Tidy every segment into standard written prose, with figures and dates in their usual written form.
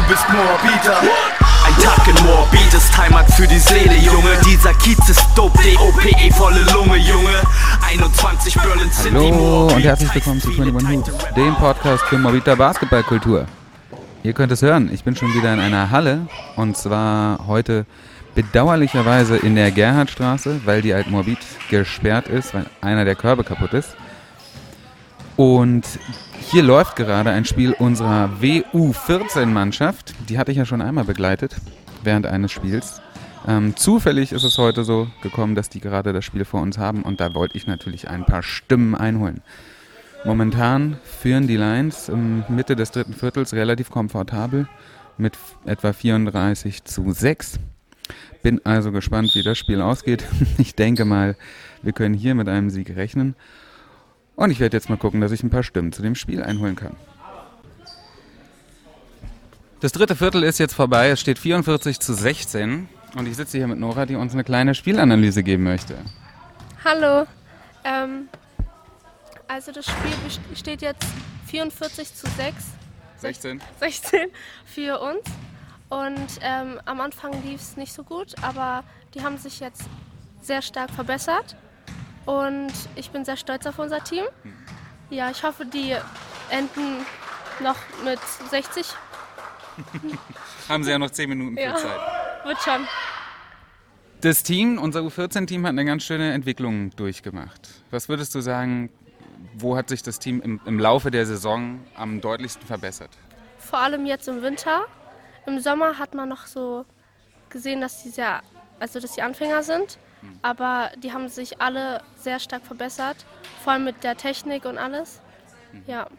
bist Moabiter. Ein Tag in Moabit ist Heimat für die Seele, Junge. Dieser Kiez ist dope, D-O-P-E, volle Lunge, Junge. 21 Berlin City. Hallo und herzlich willkommen zu 21 Hoops, dem Podcast für Moabiter Basketballkultur. Ihr könnt es hören, ich bin schon wieder in einer Halle und zwar heute bedauerlicherweise in der Gerhardstraße, weil die Alt-Moabit gesperrt ist, weil einer der Körbe kaputt ist. Und hier läuft gerade ein Spiel unserer WU14-Mannschaft. Die hatte ich ja schon einmal begleitet während eines Spiels. Zufällig ist es heute so gekommen, dass die gerade das Spiel vor uns haben und da wollte ich natürlich ein paar Stimmen einholen. Momentan führen die Lions in Mitte des dritten Viertels relativ komfortabel mit etwa 34:6. Bin also gespannt, wie das Spiel ausgeht. Ich denke mal, wir können hier mit einem Sieg rechnen. Und ich werde jetzt mal gucken, dass ich ein paar Stimmen zu dem Spiel einholen kann. Das dritte Viertel ist jetzt vorbei. Es steht 44:16. Und ich sitze hier mit Nora, die uns eine kleine Spielanalyse geben möchte. Hallo. Also das Spiel steht jetzt 44:16 für uns. Und am Anfang lief es nicht so gut, aber die haben sich jetzt sehr stark verbessert. Und ich bin sehr stolz auf unser Team. Ja, ich hoffe, die enden noch mit 60. Haben sie ja noch 10 Minuten für Zeit. Wird schon. Das Team, unser U14-Team, hat eine ganz schöne Entwicklung durchgemacht. Was würdest du sagen, wo hat sich das Team im Laufe der Saison am deutlichsten verbessert? Vor allem jetzt im Winter. Im Sommer hat man noch so gesehen, dass die Anfänger sind. Aber die haben sich alle sehr stark verbessert, vor allem mit der Technik und alles. Ja.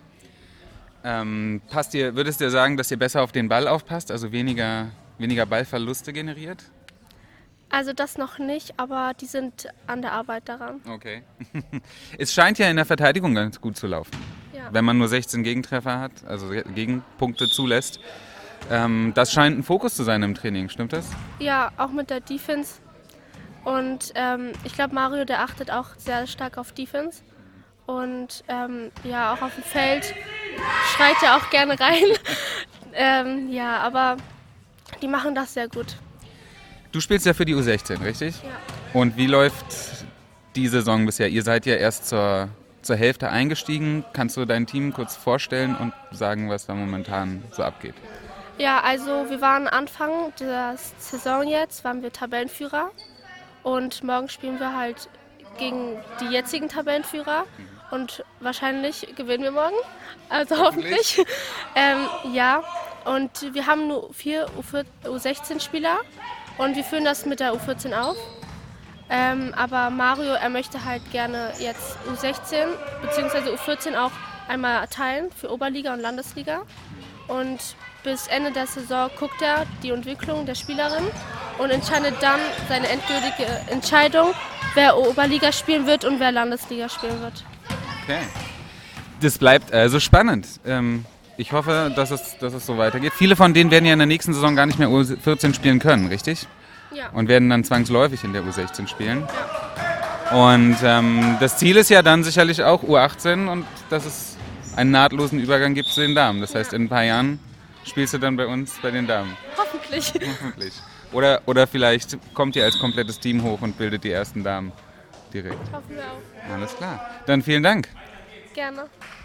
Würdest du sagen, dass ihr besser auf den Ball aufpasst, also weniger Ballverluste generiert? Also das noch nicht, aber die sind an der Arbeit daran. Okay. Es scheint ja in der Verteidigung ganz gut zu laufen. Ja. Wenn man nur 16 Gegentreffer hat, also Gegenpunkte zulässt. Das scheint ein Fokus zu sein im Training, stimmt das? Ja, auch mit der Defense. Und ich glaube, Mario, der achtet auch sehr stark auf Defense. Und auch auf dem Feld schreit er auch gerne rein. Aber die machen das sehr gut. Du spielst ja für die U16, richtig? Ja. Und wie läuft die Saison bisher? Ihr seid ja erst zur Hälfte eingestiegen. Kannst du dein Team kurz vorstellen und sagen, was da momentan so abgeht? Ja, also wir waren Anfang der Saison waren wir Tabellenführer. Und morgen spielen wir halt gegen die jetzigen Tabellenführer und wahrscheinlich gewinnen wir morgen, also hoffentlich. Und wir haben nur 4 U16-Spieler und wir führen das mit der U14 auf. Aber Mario, er möchte halt gerne jetzt U16 bzw. U14 auch einmal teilen für Oberliga und Landesliga. Und bis Ende der Saison guckt er die Entwicklung der Spielerin und entscheidet dann seine endgültige Entscheidung, wer Oberliga spielen wird und wer Landesliga spielen wird. Okay. Das bleibt also spannend. Ich hoffe, dass es so weitergeht. Viele von denen werden ja in der nächsten Saison gar nicht mehr U14 spielen können, richtig? Ja. Und werden dann zwangsläufig in der U16 spielen. Ja. Und das Ziel ist ja dann sicherlich auch U18 und dass es einen nahtlosen Übergang gibt zu den Damen. Das heißt, in ein paar Jahren spielst du dann bei uns bei den Damen. Hoffentlich. Oder vielleicht kommt ihr als komplettes Team hoch und bildet die ersten Damen direkt. Hoffen wir auch. Alles klar. Dann vielen Dank. Gerne.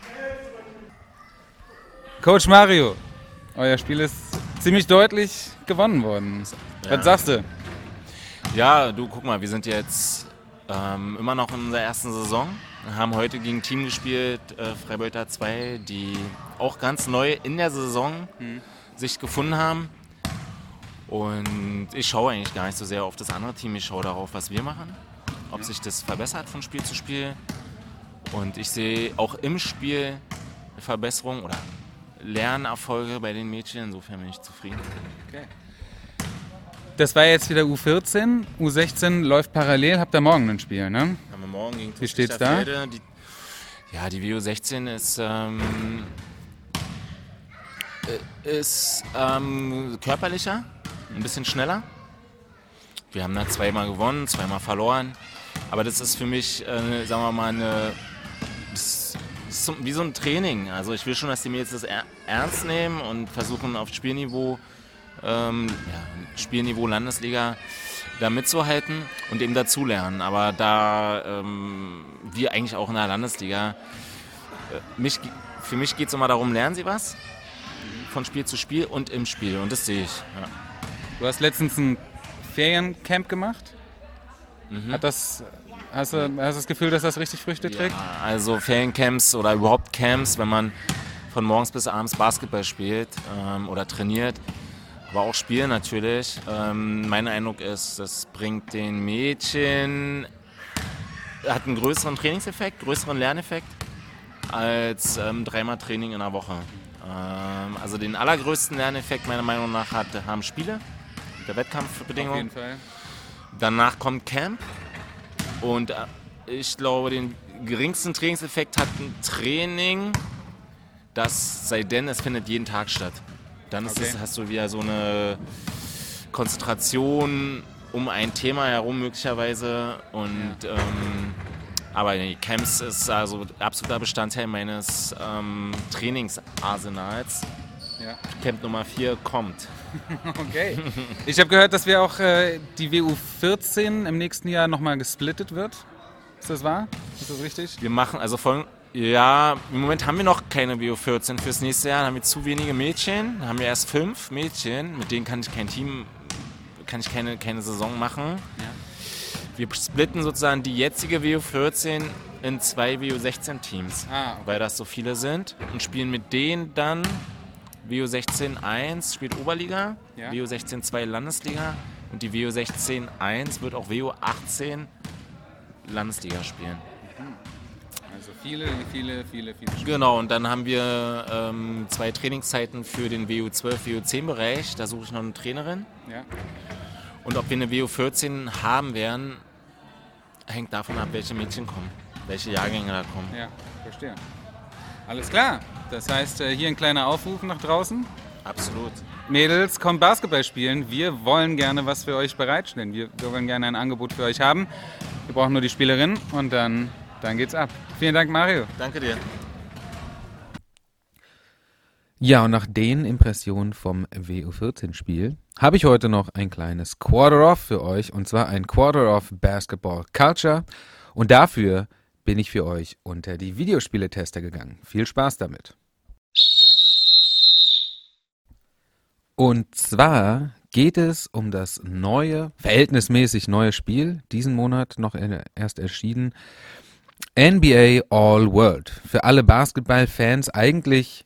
Coach Mario, euer Spiel ist ziemlich deutlich gewonnen worden. Ja. Was sagst du? Ja, du, guck mal, wir sind jetzt immer noch in der ersten Saison. Wir haben heute gegen ein Team gespielt, Freibeuter 2, die auch ganz neu in der Saison sich gefunden haben. Und ich schaue eigentlich gar nicht so sehr auf das andere Team, ich schaue darauf, was wir machen, ob sich das verbessert von Spiel zu Spiel. Und ich sehe auch im Spiel eine Verbesserung oder Lernerfolge bei den Mädchen, insofern bin ich zufrieden. Okay. Das war jetzt wieder U14, U16 läuft parallel, habt ihr morgen ein Spiel, ne? Haben wir morgen gegen Wie steht's da? Die WU16 ist körperlicher, ein bisschen schneller. Wir haben da 2-mal gewonnen, 2-mal verloren. Aber das ist für mich, sagen wir mal, das ist wie so ein Training. Also ich will schon, dass die Mädels das ernst nehmen und versuchen auf Spielniveau, Spielniveau Landesliga da mitzuhalten und eben dazulernen. Aber da wir eigentlich auch in der Landesliga, für mich geht es immer darum, lernen sie was von Spiel zu Spiel und im Spiel. Und das sehe ich. Ja. Du hast letztens ein Feriencamp gemacht. Hast du das Gefühl, dass das richtig Früchte trägt? Ja, also Feriencamps oder überhaupt Camps, wenn man von morgens bis abends Basketball spielt oder trainiert, aber auch spielen natürlich. Mein Eindruck ist, das bringt den Mädchen, hat einen größeren Trainingseffekt, größeren Lerneffekt als 3-mal Training in der Woche. Also den allergrößten Lerneffekt meiner Meinung nach haben Spiele, der Wettkampfbedingungen. Auf jeden Fall. Danach kommt Camp und ich glaube, den geringsten Trainingseffekt hat ein Training, das sei denn, es findet jeden Tag statt. Dann hast du wieder so eine Konzentration um ein Thema herum möglicherweise und aber die Camps ist also absoluter Bestandteil meines Trainingsarsenals. Ja. Camp Nummer 4 kommt. Okay. Ich habe gehört, dass wir auch die WU14 im nächsten Jahr nochmal gesplittet wird. Ist das wahr? Ist das richtig? Wir machen also im Moment haben wir noch keine WU14 fürs nächste Jahr. Da haben wir zu wenige Mädchen. Da haben wir erst 5 Mädchen. Mit denen kann ich keine Saison machen. Ja. Wir splitten sozusagen die jetzige WU14 in 2 WU16-Teams, weil das so viele sind und spielen mit denen dann WU16 1 spielt Oberliga, WU16 2 Landesliga und die WU16 1 wird auch WU18 Landesliga spielen. Also viele Spiele. Genau, und dann haben wir 2 Trainingszeiten für den WU12, WU10-Bereich. Da suche ich noch eine Trainerin. Ja. Und ob wir eine WU14 haben werden, hängt davon ab, welche Mädchen kommen, welche Jahrgänge da kommen. Ja, verstehe. Alles klar. Das heißt, hier ein kleiner Aufruf nach draußen. Absolut. Mädels, kommt Basketball spielen. Wir wollen gerne was für euch bereitstellen. Wir wollen gerne ein Angebot für euch haben. Wir brauchen nur die Spielerin und dann geht's ab. Vielen Dank, Mario. Danke dir. Ja, und nach den Impressionen vom WU14-Spiel habe ich heute noch ein kleines Quarter-Off für euch, und zwar ein Quarter-Off Basketball Culture. Und dafür bin ich für euch unter die Videospiele-Tester gegangen. Viel Spaß damit. Und zwar geht es um das verhältnismäßig neue Spiel, diesen Monat noch erst erschienen, NBA All World. Für alle Basketball-Fans eigentlich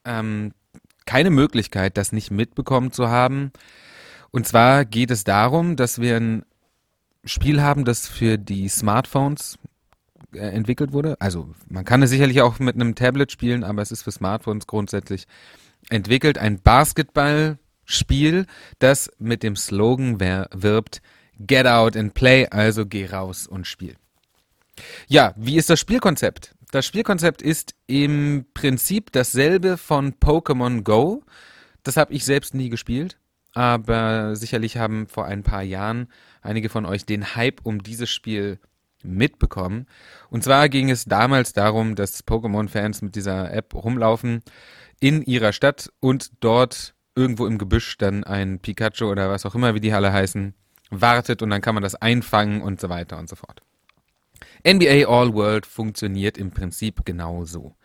keine Möglichkeit, das nicht mitbekommen zu haben. Und zwar geht es darum, dass wir ein Spiel haben, das für die Smartphones entwickelt wurde. Also man kann es sicherlich auch mit einem Tablet spielen, aber es ist für Smartphones grundsätzlich entwickelt. Ein Basketballspiel, das mit dem Slogan wirbt, Get out and play, also geh raus und spiel. Ja, wie ist das Spielkonzept? Das Spielkonzept ist im Prinzip dasselbe von Pokémon Go. Das habe ich selbst nie gespielt, aber sicherlich haben vor ein paar Jahren einige von euch den Hype um dieses Spiel mitbekommen. Und zwar ging es damals darum, dass Pokémon-Fans mit dieser App rumlaufen in ihrer Stadt und dort irgendwo im Gebüsch dann ein Pikachu oder was auch immer, wie die alle heißen, wartet und dann kann man das einfangen und so weiter und so fort. NBA All World funktioniert im Prinzip genauso.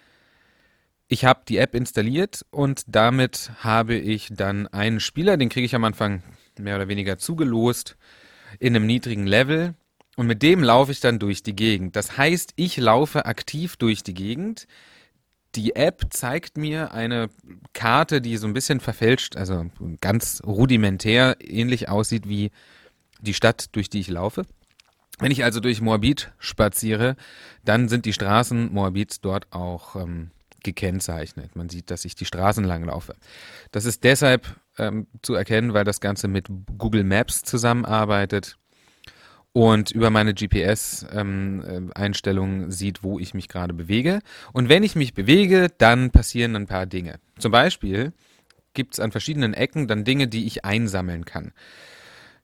Ich habe die App installiert und damit habe ich dann einen Spieler, den kriege ich am Anfang mehr oder weniger zugelost, in einem niedrigen Level und mit dem laufe ich dann durch die Gegend. Das heißt, ich laufe aktiv durch die Gegend. Die App zeigt mir eine Karte, die so ein bisschen verfälscht, also ganz rudimentär ähnlich aussieht wie die Stadt, durch die ich laufe. Wenn ich also durch Moabit spaziere, dann sind die Straßen Moabits dort auch gekennzeichnet. Man sieht, dass ich die Straßen lang laufe. Das ist deshalb zu erkennen, weil das Ganze mit Google Maps zusammenarbeitet und über meine GPS-Einstellungen sieht, wo ich mich gerade bewege. Und wenn ich mich bewege, dann passieren ein paar Dinge. Zum Beispiel gibt es an verschiedenen Ecken dann Dinge, die ich einsammeln kann.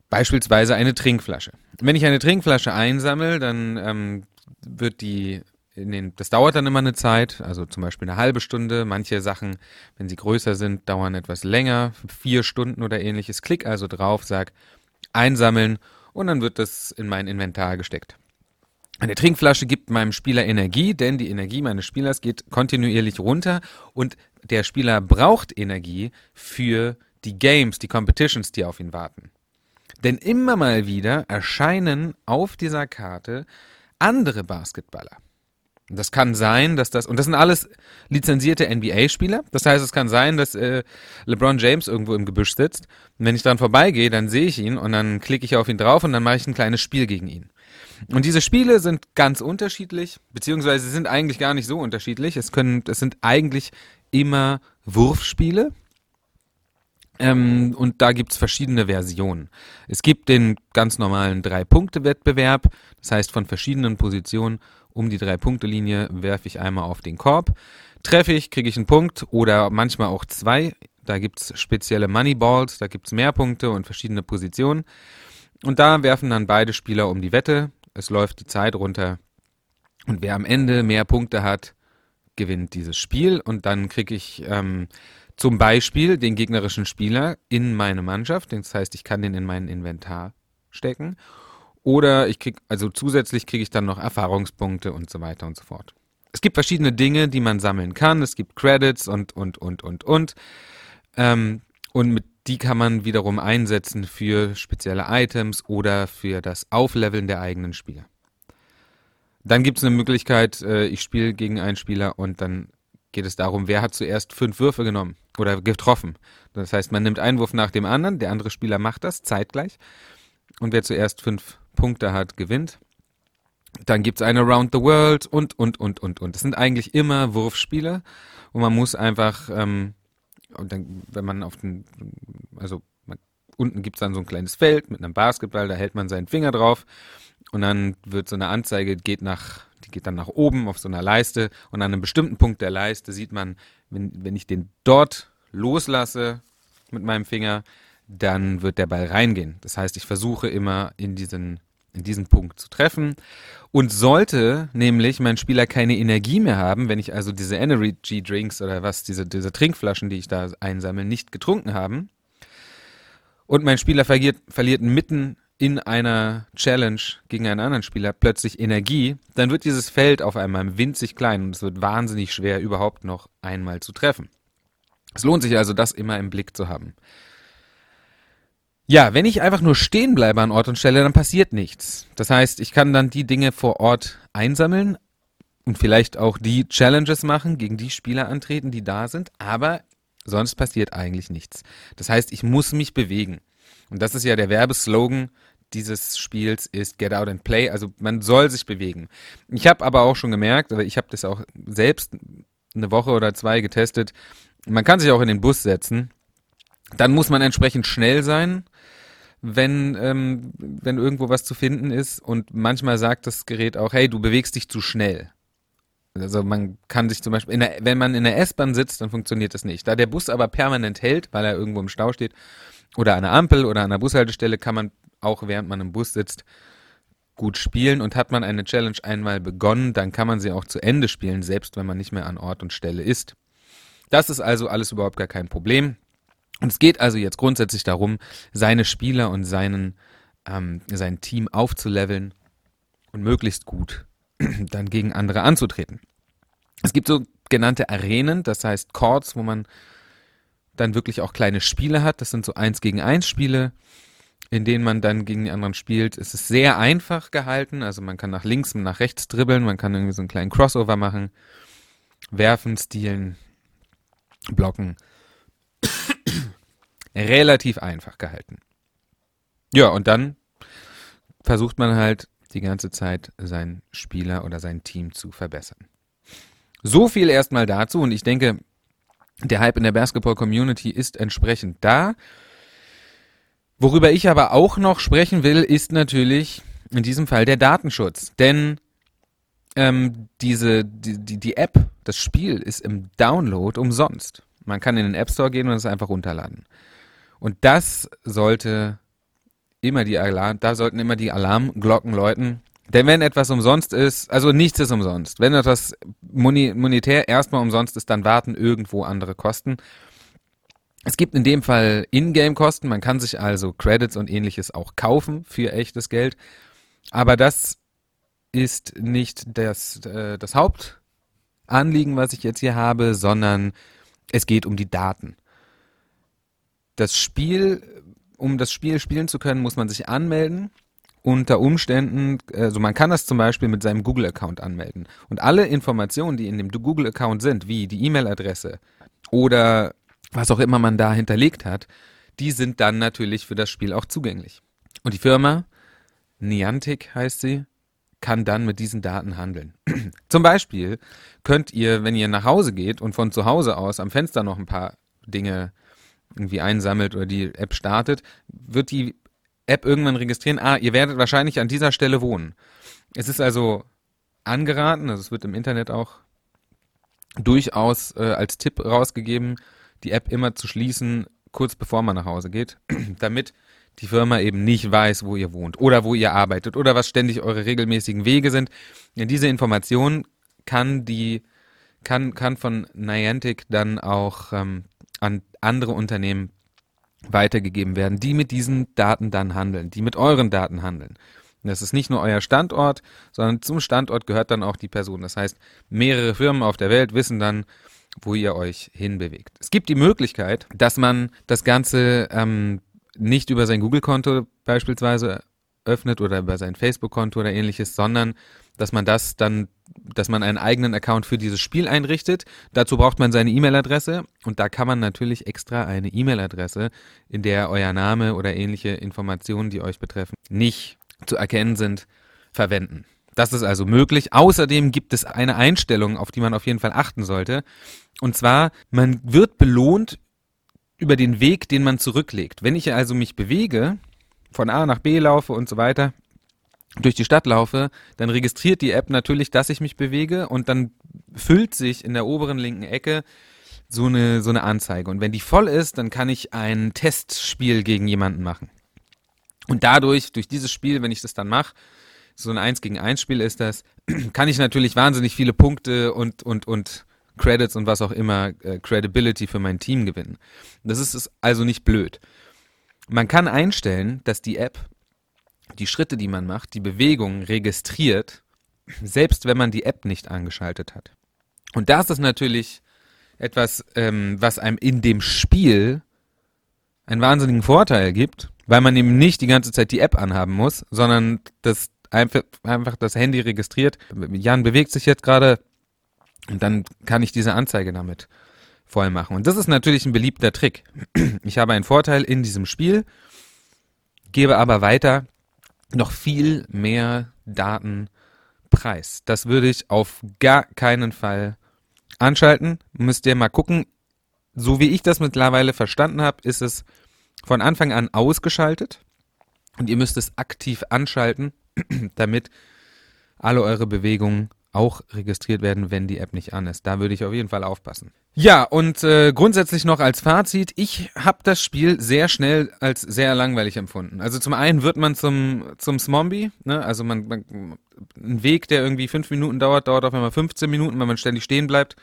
Beispielsweise eine Trinkflasche. Wenn ich eine Trinkflasche einsammle, dann wird die das dauert dann immer eine Zeit, also zum Beispiel eine halbe Stunde. Manche Sachen, wenn sie größer sind, dauern etwas länger, 4 Stunden oder ähnliches. Klick also drauf, sag einsammeln und dann wird das in mein Inventar gesteckt. Eine Trinkflasche gibt meinem Spieler Energie, denn die Energie meines Spielers geht kontinuierlich runter und der Spieler braucht Energie für die Games, die Competitions, die auf ihn warten. Denn immer mal wieder erscheinen auf dieser Karte andere Basketballer. Das kann sein, und das sind alles lizenzierte NBA-Spieler. Das heißt, es kann sein, dass LeBron James irgendwo im Gebüsch sitzt. Und wenn ich dran vorbeigehe, dann sehe ich ihn und dann klicke ich auf ihn drauf und dann mache ich ein kleines Spiel gegen ihn. Und diese Spiele sind ganz unterschiedlich, beziehungsweise sind eigentlich gar nicht so unterschiedlich. Es sind eigentlich immer Wurfspiele. Und da gibt's verschiedene Versionen. Es gibt den ganz normalen 3-Punkte-Wettbewerb. Das heißt, von verschiedenen Positionen um die 3-Punkte-Linie werfe ich einmal auf den Korb. Treffe ich, kriege ich einen Punkt oder manchmal auch 2. Da gibt's spezielle Moneyballs, da gibt's mehr Punkte und verschiedene Positionen. Und da werfen dann beide Spieler um die Wette. Es läuft die Zeit runter. Und wer am Ende mehr Punkte hat, gewinnt dieses Spiel. Und dann kriege ich zum Beispiel den gegnerischen Spieler in meine Mannschaft. Das heißt, ich kann den in mein Inventar stecken. Oder zusätzlich kriege ich dann noch Erfahrungspunkte und so weiter und so fort. Es gibt verschiedene Dinge, die man sammeln kann. Es gibt Credits und. Und die kann man wiederum einsetzen für spezielle Items oder für das Aufleveln der eigenen Spieler. Dann gibt es eine Möglichkeit, ich spiele gegen einen Spieler und dann geht es darum, wer hat zuerst 5 Würfe genommen oder getroffen. Das heißt, man nimmt einen Wurf nach dem anderen, der andere Spieler macht das zeitgleich und wer zuerst 5 Punkte hat, gewinnt. Dann gibt es eine Around the World und. Das sind eigentlich immer Wurfspiele und man muss einfach, und dann, wenn man unten gibt es dann so ein kleines Feld mit einem Basketball, da hält man seinen Finger drauf und dann wird so eine Anzeige, die geht dann nach oben auf so einer Leiste und an einem bestimmten Punkt der Leiste sieht man, wenn ich den dort loslasse mit meinem Finger, dann wird der Ball reingehen. Das heißt, ich versuche immer in diesen Punkt zu treffen. Und sollte nämlich mein Spieler keine Energie mehr haben, wenn ich also diese Energy Drinks oder diese Trinkflaschen, die ich da einsammle, nicht getrunken haben und mein Spieler verliert mitten in einer Challenge gegen einen anderen Spieler plötzlich Energie, dann wird dieses Feld auf einmal winzig klein und es wird wahnsinnig schwer, überhaupt noch einmal zu treffen. Es lohnt sich also, das immer im Blick zu haben. Ja, wenn ich einfach nur stehen bleibe an Ort und Stelle, dann passiert nichts. Das heißt, ich kann dann die Dinge vor Ort einsammeln und vielleicht auch die Challenges machen, gegen die Spieler antreten, die da sind, aber sonst passiert eigentlich nichts. Das heißt, ich muss mich bewegen. Und das ist ja der Werbeslogan dieses Spiels, ist Get Out and Play, also man soll sich bewegen. Ich habe aber auch schon gemerkt, aber ich habe das auch selbst eine Woche oder 2 getestet, man kann sich auch in den Bus setzen, dann muss man entsprechend schnell sein, wenn irgendwo was zu finden ist und manchmal sagt das Gerät auch, hey, du bewegst dich zu schnell. Also man kann sich zum Beispiel, wenn man in der S-Bahn sitzt, dann funktioniert das nicht. Da der Bus aber permanent hält, weil er irgendwo im Stau steht oder an einer Ampel oder an einer Bushaltestelle, kann man auch während man im Bus sitzt gut spielen und hat man eine Challenge einmal begonnen, dann kann man sie auch zu Ende spielen, selbst wenn man nicht mehr an Ort und Stelle ist. Das ist also alles überhaupt gar kein Problem. Und es geht also jetzt grundsätzlich darum, seine Spieler und sein Team aufzuleveln und möglichst gut dann gegen andere anzutreten. Es gibt so genannte Arenen, das heißt Courts, wo man dann wirklich auch kleine Spiele hat. Das sind so 1-gegen-1 Spiele, in denen man dann gegen die anderen spielt. Es ist sehr einfach gehalten, also man kann nach links und nach rechts dribbeln, man kann irgendwie so einen kleinen Crossover machen, werfen, stealen, blocken. Relativ einfach gehalten. Ja, und dann versucht man halt die ganze Zeit seinen Spieler oder sein Team zu verbessern. So viel erstmal dazu und ich denke, der Hype in der Basketball-Community ist entsprechend da. Worüber ich aber auch noch sprechen will, ist natürlich in diesem Fall der Datenschutz. Denn die App, das Spiel ist im Download umsonst. Man kann in den App Store gehen und es einfach runterladen. Und das sollten immer die Alarmglocken läuten, Denn wenn etwas umsonst ist, also nichts ist umsonst. Wenn etwas monetär erstmal umsonst ist, dann warten irgendwo andere Kosten. Es gibt in dem Fall Ingame-Kosten. Man kann sich also Credits und ähnliches auch kaufen für echtes Geld. Aber das ist nicht das Hauptanliegen, was ich jetzt hier habe, sondern es geht um die Daten. Um das Spiel spielen zu können, muss man sich anmelden. Unter Umständen, also man kann das zum Beispiel mit seinem Google-Account anmelden. Und alle Informationen, die in dem Google-Account sind, wie die E-Mail-Adresse oder was auch immer man da hinterlegt hat, die sind dann natürlich für das Spiel auch zugänglich. Und die Firma, Niantic heißt sie, kann dann mit diesen Daten handeln. Zum Beispiel könnt ihr, wenn ihr nach Hause geht und von zu Hause aus am Fenster noch ein paar Dinge irgendwie einsammelt oder die App startet, wird die App irgendwann registrieren, ihr werdet wahrscheinlich an dieser Stelle wohnen. Es ist also angeraten, also es wird im Internet auch durchaus als Tipp rausgegeben, die App immer zu schließen, kurz bevor man nach Hause geht, damit die Firma eben nicht weiß, wo ihr wohnt oder wo ihr arbeitet oder was ständig eure regelmäßigen Wege sind. Denn diese Information kann von Niantic dann auch an andere Unternehmen weitergegeben werden, die mit diesen Daten dann handeln, die mit euren Daten handeln. Und das ist nicht nur euer Standort, sondern zum Standort gehört dann auch die Person. Das heißt, mehrere Firmen auf der Welt wissen dann, wo ihr euch hinbewegt. Es gibt die Möglichkeit, dass man das Ganze nicht über sein Google-Konto beispielsweise öffnet oder über sein Facebook-Konto oder ähnliches, sondern dass man einen eigenen Account für dieses Spiel einrichtet. Dazu braucht man seine E-Mail-Adresse und da kann man natürlich extra eine E-Mail-Adresse, in der euer Name oder ähnliche Informationen, die euch betreffen, nicht zu erkennen sind, verwenden. Das ist also möglich. Außerdem gibt es eine Einstellung, auf die man auf jeden Fall achten sollte. Und zwar, man wird belohnt über den Weg, den man zurücklegt. Wenn ich also mich bewege, von A nach B laufe und so weiter, durch die Stadt laufe, dann registriert die App natürlich, dass ich mich bewege und dann füllt sich in der oberen linken Ecke so eine Anzeige. Und wenn die voll ist, dann kann ich ein Testspiel gegen jemanden machen. Und durch dieses Spiel, wenn ich das dann mache, so ein 1-gegen-1 Spiel ist das, kann ich natürlich wahnsinnig viele Punkte und Credits und was auch immer, Credibility für mein Team gewinnen. Das ist also nicht blöd. Man kann einstellen, dass die App die Schritte, die man macht, die Bewegungen registriert, selbst wenn man die App nicht angeschaltet hat. Und das ist natürlich etwas, was einem in dem Spiel einen wahnsinnigen Vorteil gibt, weil man eben nicht die ganze Zeit die App anhaben muss, sondern das einfach das Handy registriert. Jan bewegt sich jetzt gerade und dann kann ich diese Anzeige damit voll machen. Und das ist natürlich ein beliebter Trick. Ich habe einen Vorteil in diesem Spiel, gebe aber weiter noch viel mehr Daten preis. Das würde ich auf gar keinen Fall anschalten. Müsst ihr mal gucken. So wie ich das mittlerweile verstanden habe, ist es von Anfang an ausgeschaltet und ihr müsst es aktiv anschalten, damit alle eure Bewegungen auch registriert werden, wenn die App nicht an ist. Da würde ich auf jeden Fall aufpassen. Ja, und grundsätzlich noch als Fazit, ich habe das Spiel sehr schnell als sehr langweilig empfunden. Also zum einen wird man zum Zombie, ne? Also ein Weg, der irgendwie 5 Minuten dauert auf einmal 15 Minuten, weil man ständig stehen bleibt.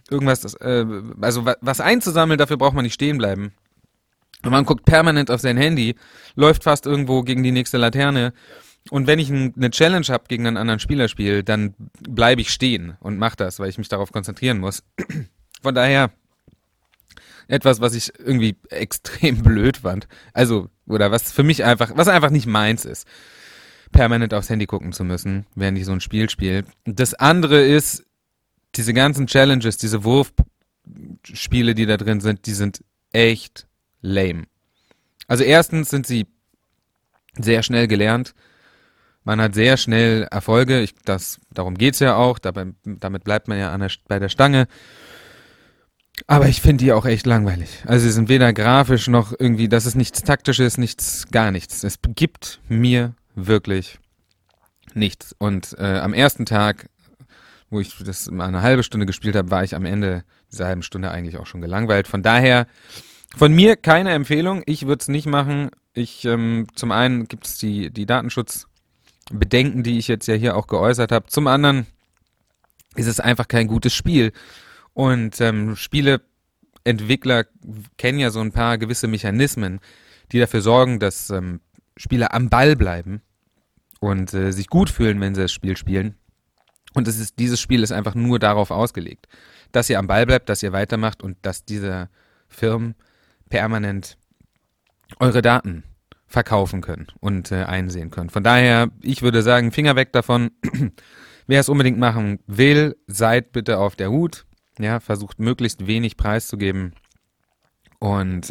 Was einzusammeln, dafür braucht man nicht stehen bleiben. Und man guckt permanent auf sein Handy, läuft fast irgendwo gegen die nächste Laterne. Und wenn ich eine Challenge habe gegen einen anderen Spieler dann bleibe ich stehen und mache das, weil ich mich darauf konzentrieren muss. Von daher etwas, was ich irgendwie extrem blöd fand. Also, oder was einfach nicht meins ist, permanent aufs Handy gucken zu müssen, während ich so ein Spiel spiele. Das andere ist, diese ganzen Challenges, diese Wurfspiele, die da drin sind, die sind echt lame. Also erstens sind sie sehr schnell gelernt. Man hat sehr schnell Erfolge, darum geht's ja auch, damit bleibt man ja bei der Stange. Aber ich finde die auch echt langweilig. Also sie sind weder grafisch noch irgendwie, das ist nichts Taktisches, gar nichts. Es gibt mir wirklich nichts. Und am ersten Tag, wo ich das mal eine halbe Stunde gespielt habe, war ich am Ende dieser halben Stunde eigentlich auch schon gelangweilt. Von daher, von mir keine Empfehlung, ich würde es nicht machen. Zum einen gibt es die Datenschutz Bedenken, die ich jetzt ja hier auch geäußert habe. Zum anderen ist es einfach kein gutes Spiel. Und Spieleentwickler kennen ja so ein paar gewisse Mechanismen, die dafür sorgen, dass Spieler am Ball bleiben und sich gut fühlen, wenn sie das Spiel spielen. Und dieses Spiel ist einfach nur darauf ausgelegt, dass ihr am Ball bleibt, dass ihr weitermacht und dass diese Firmen permanent eure Daten verkaufen können und einsehen können. Von daher, ich würde sagen, Finger weg davon. Wer es unbedingt machen will, seid bitte auf der Hut. Ja, versucht möglichst wenig preiszugeben. Und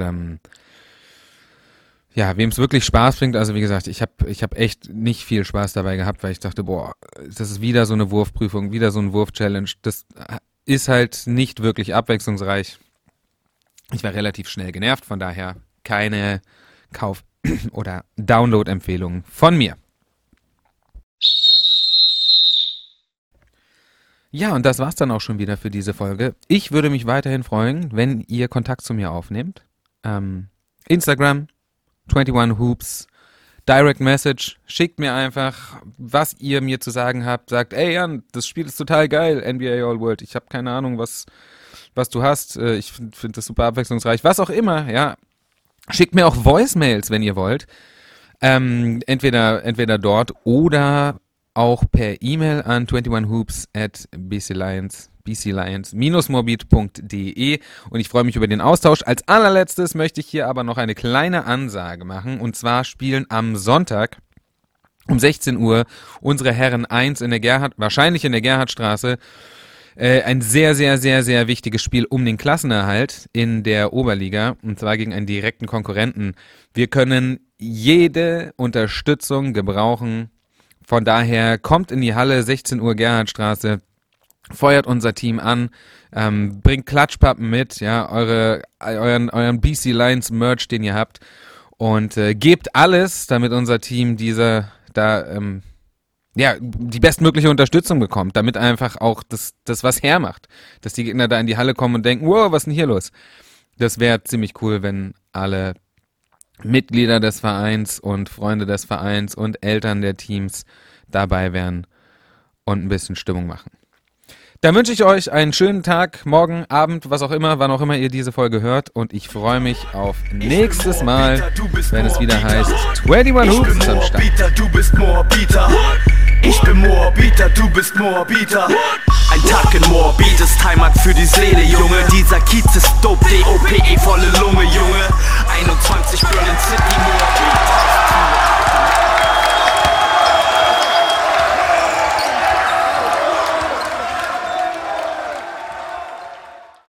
wem es wirklich Spaß bringt, also wie gesagt, ich hab echt nicht viel Spaß dabei gehabt, weil ich dachte, das ist wieder so eine Wurfprüfung, wieder so ein Wurf-Challenge. Das ist halt nicht wirklich abwechslungsreich. Ich war relativ schnell genervt, von daher keine Kauf- oder Download-Empfehlungen von mir. Ja, und das war's dann auch schon wieder für diese Folge. Ich würde mich weiterhin freuen, wenn ihr Kontakt zu mir aufnehmt. Instagram, 21hoops, Direct Message, schickt mir einfach, was ihr mir zu sagen habt. Sagt, ey Jan, das Spiel ist total geil, NBA All World. Ich habe keine Ahnung, was du hast. Ich finde das super abwechslungsreich. Was auch immer, ja. Schickt mir auch Voicemails, wenn ihr wollt. Entweder dort oder auch per E-Mail an 21hoops@bclions-morbid.de und ich freue mich über den Austausch. Als allerletztes möchte ich hier aber noch eine kleine Ansage machen und zwar spielen am Sonntag um 16 Uhr unsere Herren 1 wahrscheinlich in der Gerhardstraße ein sehr, sehr, sehr, sehr wichtiges Spiel um den Klassenerhalt in der Oberliga und zwar gegen einen direkten Konkurrenten. Wir können jede Unterstützung gebrauchen. Von daher kommt in die Halle, 16 Uhr Gerhardstraße, feuert unser Team an, bringt Klatschpappen mit, ja, euren BC Lions Merch, den ihr habt und gebt alles, damit unser Team die bestmögliche Unterstützung bekommt, damit einfach auch das was hermacht, dass die Gegner da in die Halle kommen und denken, wow, was ist denn hier los? Das wäre ziemlich cool, wenn alle Mitglieder des Vereins und Freunde des Vereins und Eltern der Teams dabei wären und ein bisschen Stimmung machen. Dann wünsche ich euch einen schönen Tag, morgen, Abend, was auch immer, wann auch immer ihr diese Folge hört und ich freue mich auf nächstes Mal, wenn es wieder heißt 21 Hoops am Start. Du bist Moabiter. Ich bin Moabiter, du bist Moabiter. Ein Tag in Moabit ist Heimat für die Seele, Junge. Dieser Kiez ist dope, DOPE volle Lunge, Junge. 21 Berlin City, Moabit.